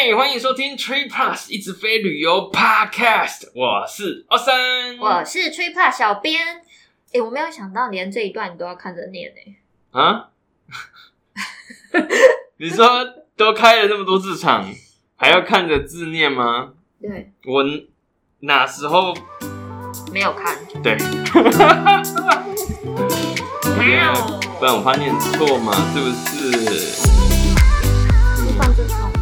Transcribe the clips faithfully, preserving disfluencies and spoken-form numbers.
嘿、hey, 欢迎收听 Trip Plus 一直飞旅游 Podcast， 我是欧森， 我是 Trip Plus 小编。哎、欸，我没有想到连这一段你都要看着念哎、欸。 啊？你说都开了那么多字场，还要看着字念吗？ 对， 我哪时候没有看？ 对，不然我怕念错嘛，是不是？ 放这放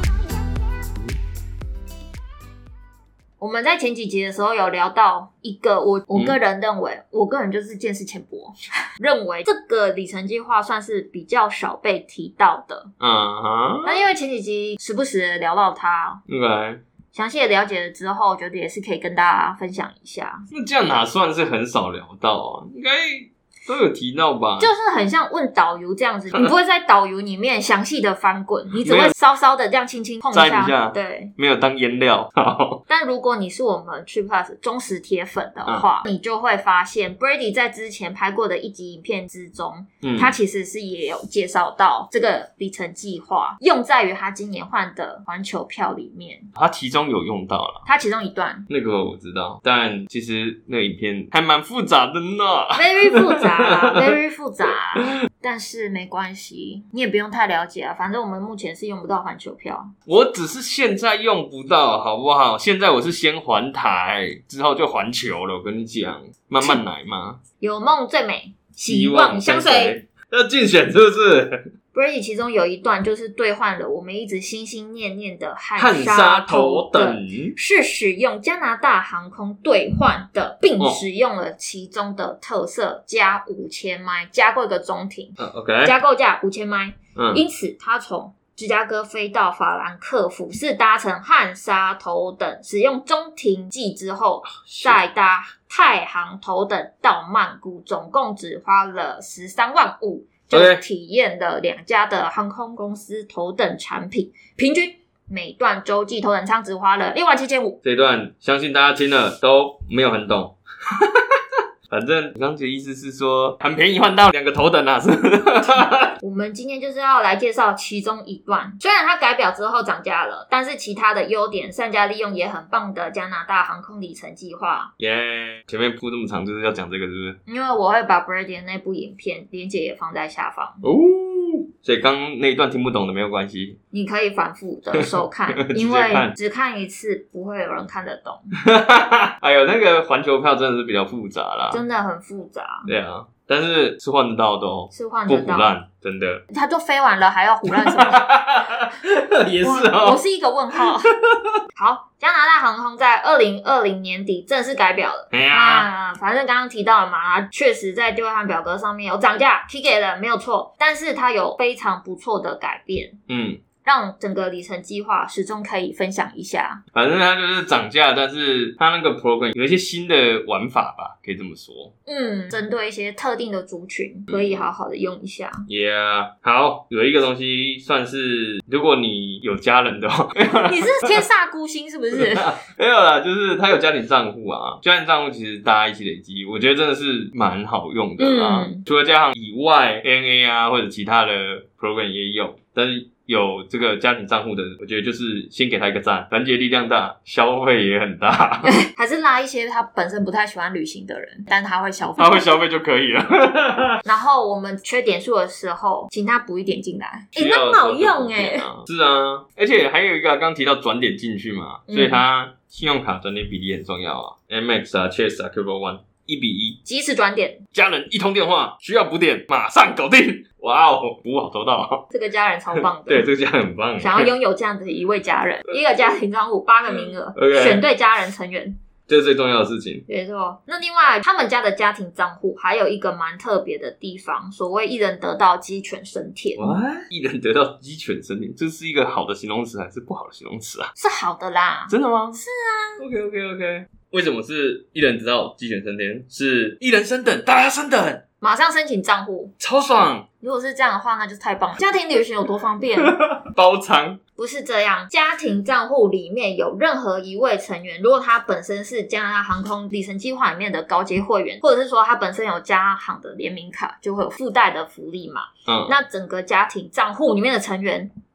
我们在前几集的时候有聊到一个我我个人认为、嗯、我个人就是见识浅薄认为这个里程计划算是比较少被提到的。嗯哼，那因为前几集时不时的聊到它， 对， 详细的了解了之后，我觉得也是可以跟大家分享一下。 那这样哪算是很少聊到啊？应该都有提到吧， 就是很像问导游这样子，你不会在导游里面详细的翻滚，你只会稍稍的这样轻轻碰一下， 一下， 对， 没有当腌料。 但如果你是我们 Trip Plus 忠实铁粉的话、嗯，你就会发现 Brady 在之前拍过的一集影片之中，嗯，他其实是也有介绍到这个里程计划用在于他今年换的环球票里面， 他其中有用到了， 他其中一段那个我知道，但其实那个影片还蛮复杂的呢 ，very 复杂。very 复杂，但是没关系，你也不用太了解啊。反正我们目前是用不到环球票， 我只是现在用不到，好不好？现在我是先环台，之后就环球了。我跟你讲，慢慢来嘛。 有梦最美，希望相随。 要竞选是不是 ？Brady 其中有一段就是兑换了我们一直心心念念的汉莎头等， 是使用加拿大航空兑换的，并使用了其中的特色加五千迈，加购一个中停、 uh, OK 加购价五千迈、 嗯、 因此他从芝加哥飞到法兰克福是搭乘汉莎头等，使用中停季之后再搭太航头等到曼谷，总共只花了十三万五就体验了两家的航空公司头等产品，平均每段洲际头等舱只花了六万七千五。 这一段相信大家听了都没有很懂。反正刚才的意思是说很便宜换到两个头等啊，是我们今天就是要来介绍其中一段，虽然它改表之后涨价了，但是其他的优点善加利用也很棒的加拿大航空里程计划。 耶、yeah, 前面铺这么长就是要讲这个是不是？ 因为我会把 Brady 的那部影片连结也放在下方哦，所以刚刚那一段听不懂的没有关系， 你可以反复的收看因为只看一次不会有人看得懂哎呦，那个环球票真的是比较复杂啦， 真的很复杂。 对啊，但是是换得到的哦， 是换得到， 不唬烂，真的。 他都飞完了，还要唬烂什么？ 也是哦我，我是一个问号。好，加拿大航空在二零二零年底正式改表了。 哎呀， 啊，反正刚刚提到了嘛，确实在兑换表格上面有涨价 ，K 给了没有错，但是它有非常不错的改变。嗯。让整个里程计划始终可以分享一下。 反正它就是涨价，但是它那个 program 有一些新的玩法吧，可以这么说。 嗯，针对一些特定的族群，可以好好的用一下。 Yeah， 好，有一个东西算是，如果你有家人的话， 你是天煞孤星是不是？ 没有啦，就是他有家庭账户啊，家庭账户其实大家一起累积，我觉得真的是蛮好用的啊。嗯、除了家行以外 ，A N A 啊或者其他的 program 也有，但是有这个家庭账户的，我觉得就是先给他一个赞，团结力量大，消费也很大。 还是拉一些他本身不太喜欢旅行的人，但他会消费， 他会消费就可以了。 然后我们缺点数的时候，请他补一点进来，诶、欸，那很好用诶、欸。 是啊，而且还有一个刚刚提到转点进去嘛，所以他信用卡转点比例很重要啊 ，Amex 啊 ，Chase 啊 ，Capital One。一比一， 即时转点， 家人一通电话需要补点，马上搞定！哇哦，服务好周到， 这个家人超棒的。 对，这个家人很棒。 想要拥有这样的一位家人，一个家庭账户八个名额， okay, 选对家人成员， 这是最重要的事情。 没错。那另外，他们家的家庭账户还有一个蛮特别的地方，所谓一人得道鸡犬升天。 哇，一人得道鸡犬升天，这是一个好的形容词还是不好的形容词啊？ 是好的啦。 真的吗？ 是啊。 OK OK OK。为什么是一人得道鸡犬升天？是一人升等，大家升等， 马上申请账户， 超爽！ 如果是这样的话，那就太棒了。家庭旅行有多方便？ 包仓不是这样，家庭账户里面有任何一位成员，如果他本身是加拿大航空里程计划里面的高阶会员，或者是说他本身有加航的联名卡，就会有附带的福利嘛。嗯，那整个家庭账户里面的成员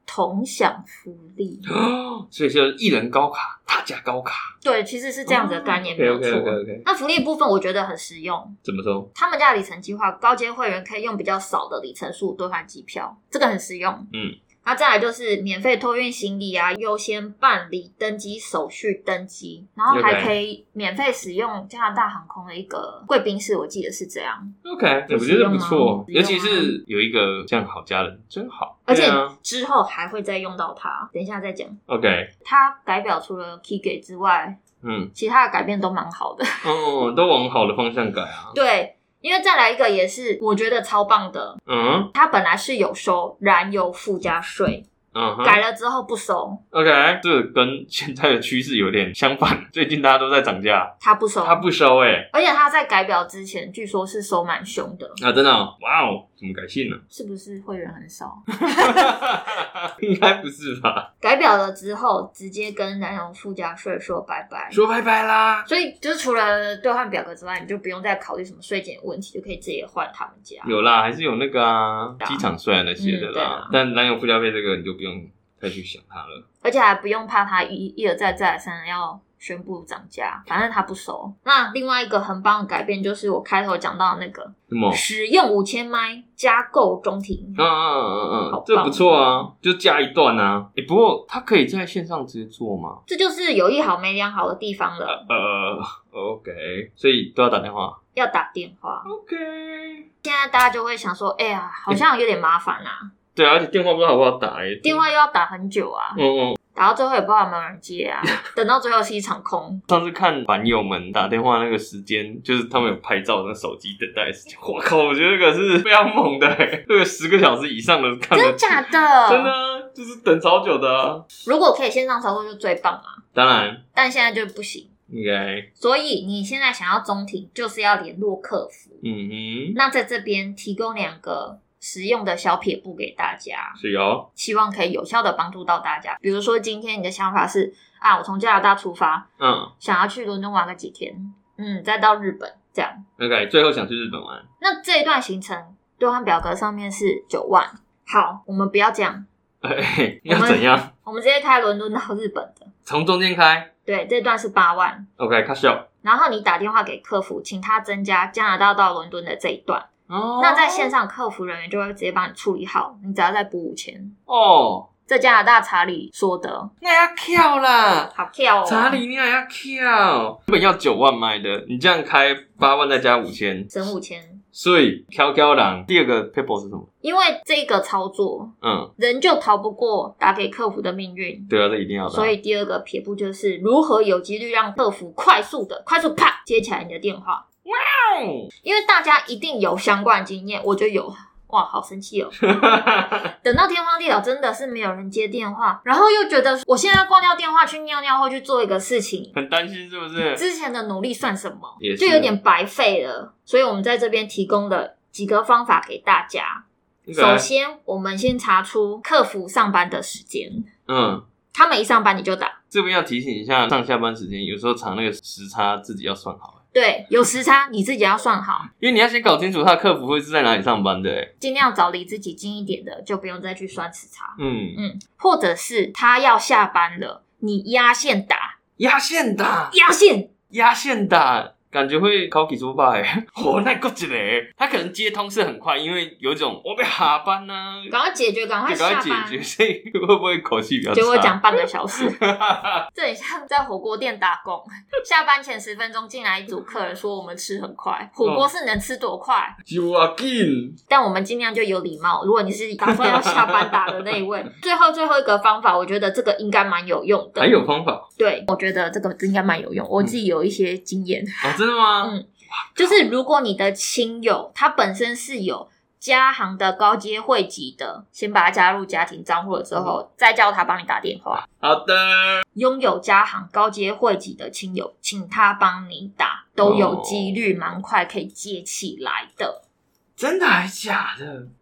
同享福利。 所以就是一人高卡，大家高卡。 对，其实是这样子的概念，没有错。 OK OK OK。 那福利部分我觉得很实用。 怎么说？ 他们家的里程计划，高阶会员可以用比较少的里程数兑换机票，这个很实用。 嗯。 那再来就是免费托运行李啊，优先办理登机手续登机，然后还可以免费使用加拿大航空的一个贵宾室，我记得是这样。 OK， 我觉得不错，尤其是有一个这样好家人真好， 而且之后还会再用到它，等一下再讲。 OK， 它改表除了 Key 之外，嗯，其他的改变都蛮好的。 哦，都往好的方向改啊。 对。因为再来一个也是我觉得超棒的，嗯，它本来是有收燃油附加税，嗯，改了之后不收。 OK， 这个跟现在的趋势有点相反，最近大家都在涨价， 它不收， 它不收哎、欸， 而且它在改表之前，据说是收蛮凶的啊，真的、哦，哇哦，怎么改姓呢？ 是不是会员很少？ 应该不是吧？ 改表了之后，直接跟燃油附加税说拜拜， 说拜拜啦。 所以就是除了兑换表格之外，你就不用再考虑什么税减问题，就可以直接换他们家。 有啦，还是有那个啊，机场税啊那些的啦、嗯。但燃油附加费这个你就不用再去想它了， 而且还不用怕它一一而再再而三的要宣布涨价，反正它不收。那另外一个很棒的改变就是我开头讲到的那个什么使用五千麦加购中停。 嗯嗯嗯嗯，这不错啊，就加一段啊。哎、欸，不过它可以在线上直接做吗？ 这就是有一好没两好的地方了。 呃, 呃 ，OK， 所以都要打电话。 要打电话。 OK， 现在大家就会想说，哎、欸、呀，好像有点麻烦啊。 对啊，而且电话不知道好不好打、欸， 电话又要打很久啊。嗯嗯。打到最后也不知道有没有人接啊，等到最后是一场空。 上次看版友们打电话那个时间，就是他们有拍照那手机等待的时间，我靠，我觉得这个是非常猛的、欸，这个十个小时以上的看得。 真的假的？ 真的啊，就是等超久的啊。 如果可以线上操作就最棒啊。 当然。 但现在就不行。 OK。 所以你现在想要中停，就是要联络客服。嗯哼。那在这边提供两个实用的小撇步给大家， 是哦， 希望可以有效的帮助到大家。比如说今天你的想法是啊，我从加拿大出发，嗯，想要去伦敦玩个几天，嗯，再到日本这样。 OK， 最后想去日本玩。 那这一段行程兑换表格上面是九万。好，我们不要这样， 欸、要怎样？ 我们直接开伦敦到日本的， 从中间开。 对，这段是八万。 OK， 开小。 然后你打电话给客服，请他增加加拿大到伦敦的这一段。哦，那在线上客服人员就会直接帮你处理好，你只要再补五千哦。这加拿大查理说的， 那要跳啦， 好跳哦！ 查理你还要跳，原本要九万买的，你这样开八万再加五千， 省五千。 所以飘飘狼第二个 paper 是什么？ 因为这个操作，嗯，人就逃不过打给客服的命运。 对啊，这一定要的。 所以第二个撇步就是如何有几率让客服快速的、快速啪接起来你的电话。哇！因为大家一定有相关经验，我就有。哇，好生气哦！等到天荒地老，真的是没有人接电话，然后又觉得我现在要挂掉电话去尿尿或去做一个事情， 很担心是不是？之前的努力算什么？就有点白费了。所以我们在这边提供了几个方法给大家。Okay. 首先，我们先查出客服上班的时间。嗯。他们一上班你就打。 这边要提醒一下，上下班时间有时候查那个时差自己要算好。 对，有时差你自己要算好， 因为你要先搞清楚他的客服会是在哪里上班的。欸， 尽量找离自己近一点的，就不用再去算时差。嗯嗯，或者是他要下班了，你压线打， 压线打， 压线， 压线打。感觉会考起出发诶，哦，那个一个，他可能接通是很快，因为有一种我被下班啊， 赶快解决，赶快下班， 赶快解决，所以会不会口气比较差？ 结果讲半个小时，这很像在火锅店打工，下班前十分钟进来一组客人说我们吃很快，火锅是能吃多快？ 就啊紧， 但我们尽量就有礼貌。如果你是打算要下班打的那一位，最后最后一个方法，我觉得这个应该蛮有用的。 还有方法？ 对，我觉得这个应该蛮有用，我自己有一些经验。 哦，真的吗？ 嗯，就是如果你的亲友他本身是有家行的高阶会籍的，先把他加入家庭账户了之后，嗯、再叫他帮你打电话。 好的。 拥有家行高阶会籍的亲友，请他帮你打，都有几率蛮快可以接起来的。 真的还假的？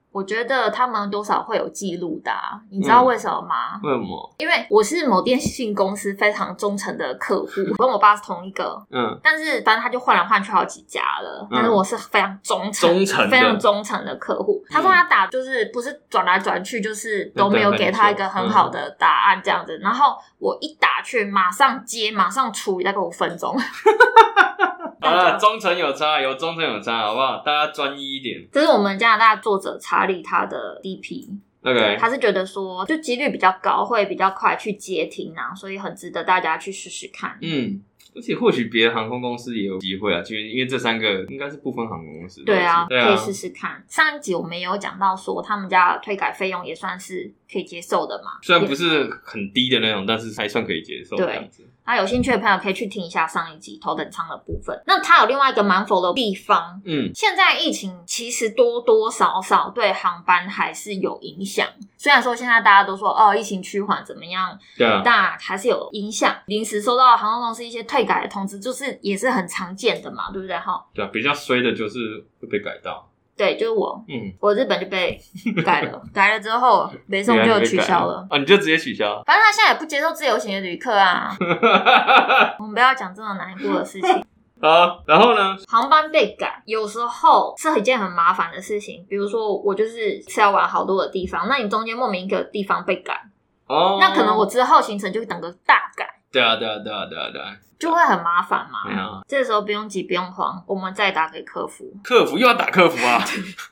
我觉得他们多少会有记录的啊，你知道为什么吗？ 为什么？ 因为我是某电信公司非常忠诚的客户，跟我爸是同一个， 嗯， 但是反正他就换来换去好几家了，嗯、但是我是非常忠诚、 忠诚、 非常忠诚的客户。他说他打就是不是转来转去，就是都没有给他一个很好的答案这样子。嗯、然后我一打去，马上接，马上处理，大概五分钟。 好了，忠诚有差，有忠诚有差，好不好？大家专一一点。 这是我们加拿大作者查理他的 D P。OK， 他是觉得说，就几率比较高，会比较快去接听啊，所以很值得大家去试试看。 嗯，而且或许别的航空公司也有机会啊，其实因为这三个应该是不分航空公司。 对啊， 对啊， 可以试试看。上一集我们也有讲到说，他们家的退改费用也算是可以接受的嘛， 虽然不是很低的那种，但是还算可以接受这样子。 那有兴趣的朋友可以去听一下上一集头等舱的部分。那它有另外一个蛮佛的地方，嗯，现在疫情其实多多少少对航班还是有影响。虽然说现在大家都说哦疫情趋缓怎么样， 对啊， 但还是有影响。临时收到航空公司一些退改的通知，就是也是很常见的嘛，对不对哈？ 对啊，比较衰的就是会被改到。 对，就是我，嗯，我日本就被改了，改了之后没送就取消了。 啊，你就直接取消？ 反正他现在也不接受自由行的旅客啊。我们不要讲这种难过的事情。 好，然后呢？ 航班被改，有时候是一件很麻烦的事情。比如说，我就是是要玩好多的地方，那你中间莫名一个地方被改，哦，那可能我之后行程就等个大改。 对啊，对啊，对啊，对啊，对啊。 就会很麻烦嘛，对啊，这时候不用急不用慌，我们再打给客服。 客服又要打客服啊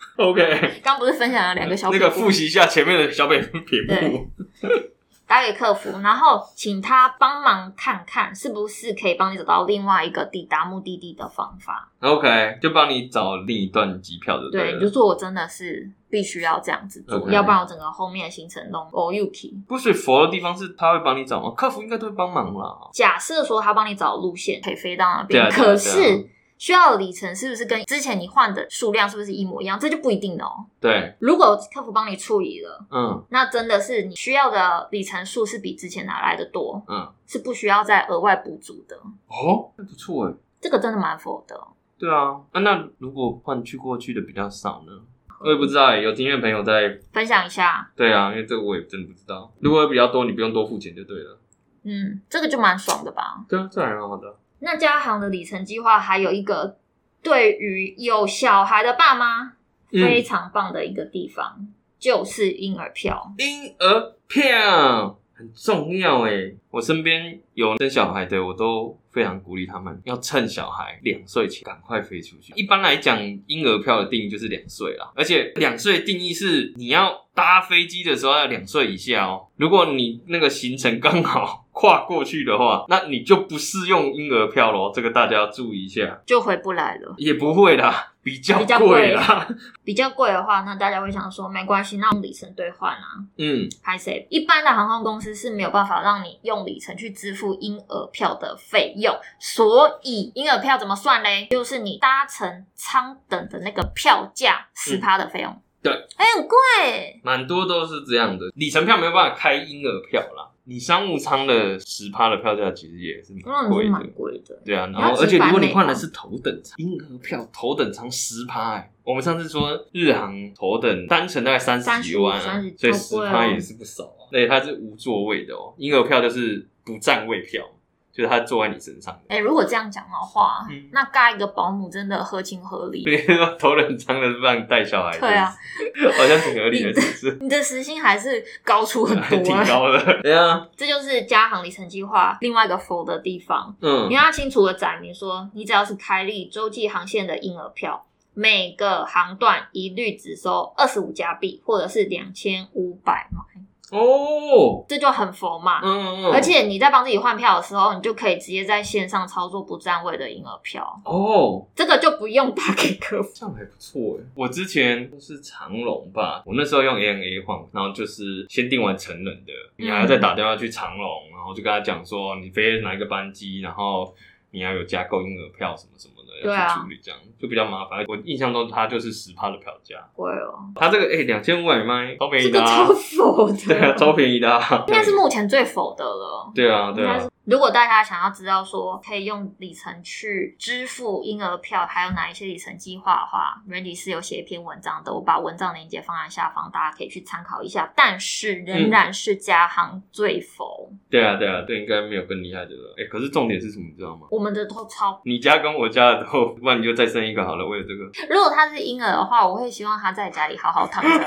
？OK， 刚不是分享了两个小撇步，那个复习一下前面的小撇步。 打给客服，然后请他帮忙看看是不是可以帮你找到另外一个抵达目的地的方法。 OK， 就帮你找另一段机票的。 对，就说我真的是必须要这样子做， okay. 要不然我整个后面的行程都哦 Yuki。 不是佛的地方是他会帮你找吗？客服应该都会帮忙啦。 假设说他帮你找路线可以飞到那边，啊、可是。需要的里程是不是跟之前你换的数量是不是一模一样？这就不一定了哦。 对， 如果客服帮你处理了，嗯，那真的是你需要的里程数是比之前拿来的多，嗯，是不需要再额外补足的。 哦，那不错诶， 这个真的蛮佛的。 对啊，啊那如果换去过去的比较少呢？我也不知道诶，有经验朋友在分享一下。 对啊，因为这个我也真的不知道。如果比较多，你不用多付钱就对了。 嗯，这个就蛮爽的吧？ 对啊，这还蛮好的。 那家航的里程计划还有一个对于有小孩的爸妈非常棒的一个地方，嗯、就是婴儿票。 婴儿票很重要诶，我身边有生小孩的，我都非常鼓励他们要趁小孩两岁前赶快飞出去。一般来讲，婴儿票的定义就是两岁啦，而且两岁定义是你要搭飞机的时候要两岁以下哦。如果你那个行程刚好跨过去的话，那你就不适用婴儿票咯，这个大家要注意一下。 就回不来了？也不会啦，比较贵啦。 比较贵的话，那大家会想说没关系，那用里程兑换啊。嗯，拍谁？一般的航空公司是没有办法让你用里程去支付婴儿票的费用，所以婴儿票怎么算嘞？就是你搭乘舱等的那个票价 百分之十 的费用。嗯， 对， 还很贵， 蛮多都是这样的。里程票没有办法开婴儿票啦，你商务舱的 百分之十 的票价其实也是蛮贵的， 蛮贵的。 对啊，然后而且如果你换的是头等舱，婴儿票头等舱 百分之十 哎，我们上次说日航头等单程大概三十几万啊，所以 百分之十 也是不少啊。而且它是无座位的哦，婴儿票就是不占位票。就是他坐在你身上的。 哎、欸，如果这样讲的话，嗯、那尬一个保姆真的合情合理。 比如说头等舱的是让你带小孩， 对啊， 好像挺合理的，是不是？ 你的时薪还是高出很多， 挺高的。对啊， 这就是加航里程计划另外一个佛的地方。嗯，你要清楚的载明说，你只要是开立洲际航线的婴儿票，每个航段一律只收二十五加币，或者是两千五百买。哦，这就很佛嘛。嗯嗯嗯。而且你在帮自己换票的时候，你就可以直接在线上操作不占位的婴儿票。哦，这个就不用打给客服， 这样还不错耶。我之前是长荣吧，我那时候用 A N A 换，然后就是先订完成人的，你还要再打电话去长荣，然后就跟他讲说你飞哪一个班机，然后你要有加购婴儿票什么什么的要去处理，这样、啊、就比较麻烦。我印象中它就是 百分之十 的票价。 对哦， 它这个诶两千五百卖超便宜的、啊， 这个超否的， 对啊，超便宜的、啊， 应该是目前最否的了。 对啊，对啊， 如果大家想要知道说可以用里程去支付婴儿票，还有哪一些里程计划的话 Randy 是有写一篇文章的，我把文章链接放在下方，大家可以去参考一下。但是仍然是加航最佛、嗯、 对啊对啊，对，应该没有更厉害的了。哎、欸，可是重点是什么你知道吗？ 我们的都超， 你家跟我家的都，不然你就再生一个好了，为了这个。 如果他是婴儿的话，我会希望他在家里好好躺着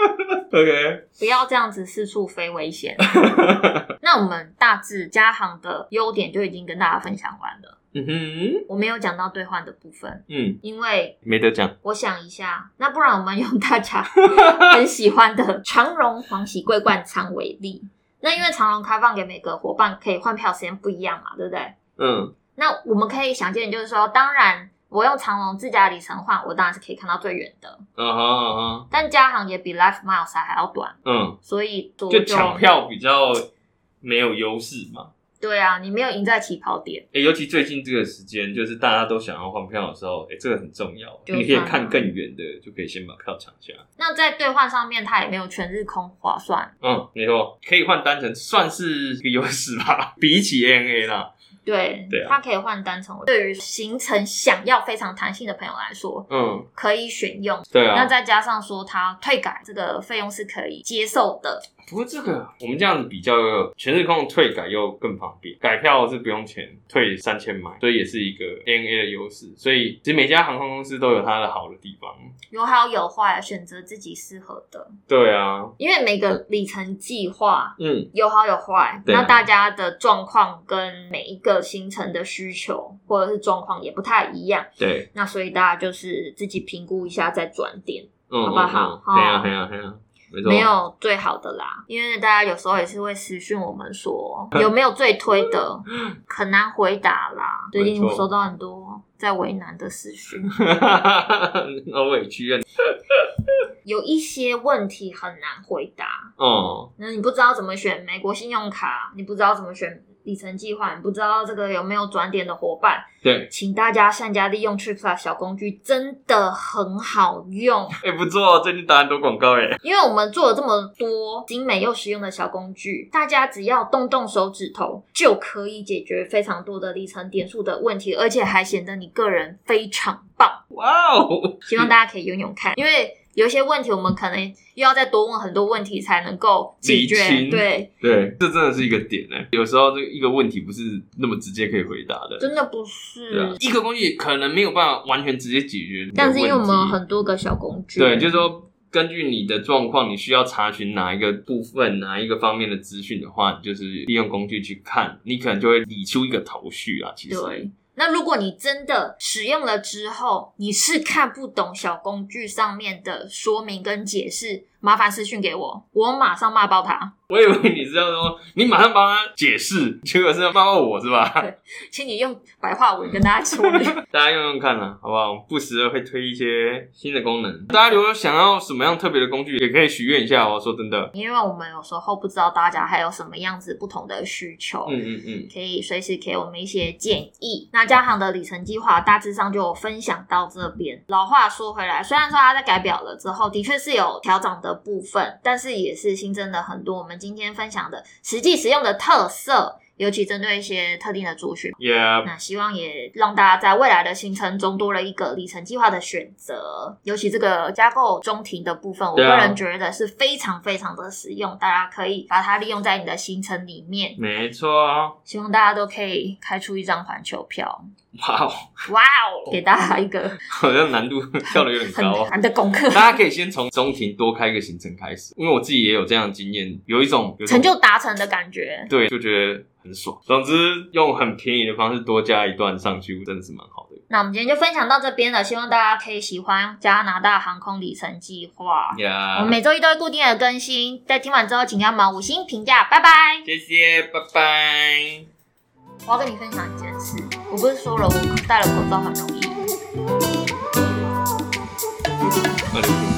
OK， 不要这样子四处飞危险那我们大致加航的优点就已经跟大家分享完了。嗯哼，我没有讲到兑换的部分，嗯，因为没得讲。 我想一下，那不然我们用大家很喜欢的长荣黄喜桂冠舱为例。那因为长荣开放给每个伙伴可以换票时间不一样嘛，对不对？嗯，那我们可以想见就是说，当然我用长荣自家里程换，我当然是可以看到最远的。嗯哼嗯哼，但加航也比 Life Miles 还要短。嗯，所以就就抢票比较没有优势嘛。 对啊，你没有赢在起跑点。 欸，尤其最近这个时间，就是大家都想要换票的时候，欸，这个很重要。你可以看更远的，就可以先把票抢下。 那在兑换上面，它也没有全日空划算。 嗯，没错，可以换单程，算是一个优势吧，比起 A N A 啦。 对，对啊，它可以换单程。对于行程想要非常弹性的朋友来说，嗯，可以选用。 对啊， 那再加上说它退改这个费用是可以接受的。 不过这个我们这样子比较，全日空退改又更方便，改票是不用钱，退三千买，所以也是一个 A N A 的优势。所以其实每家航空公司都有它的好的地方， 有好有坏，选择自己适合的。 对啊， 因为每个里程计划，嗯，有好有坏，那大家的状况跟每一个行程的需求或者是状况也不太一样。 对， 那所以大家就是自己评估一下再转点，嗯，好不好？ 对啊，对啊，对啊。 没有最好的啦，因为大家有时候也是会私讯我们说有没有最推的，很难回答啦。最近收到很多在为难的私讯， 好委屈啊！ 有一些问题很难回答哦，那你不知道怎么选美国信用卡，你不知道怎么选里程计划，你不知道这个有没有转点的伙伴， 对， 请大家善加利用 TripPlus 小工具，真的很好用。 哎、欸，不错，最近打很多广告哎。 因为我们做了这么多精美又实用的小工具，大家只要动动手指头就可以解决非常多的里程点数的问题，而且还显得你个人非常棒。哇哦！希望大家可以用用看，因为有一些问题我们可能又要再多问很多问题才能够解决。对对，这真的是一个点欸。有时候这一个问题不是那么直接可以回答的， 真的不是。 对啊，一个工具可能没有办法完全直接解决， 但是因为我们有很多个小工具， 对，就是说根据你的状况，你需要查询哪一个部分、哪一个方面的资讯的话，你就是利用工具去看，你可能就会理出一个头绪啊。其实对。那如果你真的使用了之后，你是看不懂小工具上面的说明跟解释，麻烦私讯给我，我马上骂爆他。 我以为你是要说你马上帮他解释，结果是要骂爆我是吧？ 对，请你用白话文跟大家说明。 大家用用看啦，好不好？不时的会推一些新的功能。大家如果想要什么样特别的工具，也可以许愿一下哦。说真的， 因为我们有时候不知道大家还有什么样子不同的需求，嗯嗯嗯，可以随时给我们一些建议。那加航的里程计划大致上就分享到这边。老话说回来，虽然说它在改表了之后，的确是有调整的部分，但是也是新增了很多我们今天分享的实际使用的特色，尤其针对一些特定的族群。 Yeah. 那希望也让大家在未来的行程中多了一个里程计划的选择，尤其这个加购中停的部分，我个人觉得是非常非常的实用，大家可以把它利用在你的行程里面。 没错， 希望大家都可以开出一张环球票。 哇哦哇哦，给大家一个好像难度跳得有点高， 很难的功课。 大家可以先从中庭多开一个行程开始，因为我自己也有这样的经验，有一种成就达成的感觉。 对，就觉得很爽。总之用很便宜的方式多加一段上去，真的是蛮好的。 那我们今天就分享到这边了，希望大家可以喜欢加拿大航空里程计划。 Yeah. 我们每周一都会固定的更新，在听完之后请给我们五星评价，拜拜。 谢谢，拜拜。 我要跟你分享一件事，我不是说了我戴了口罩很容易。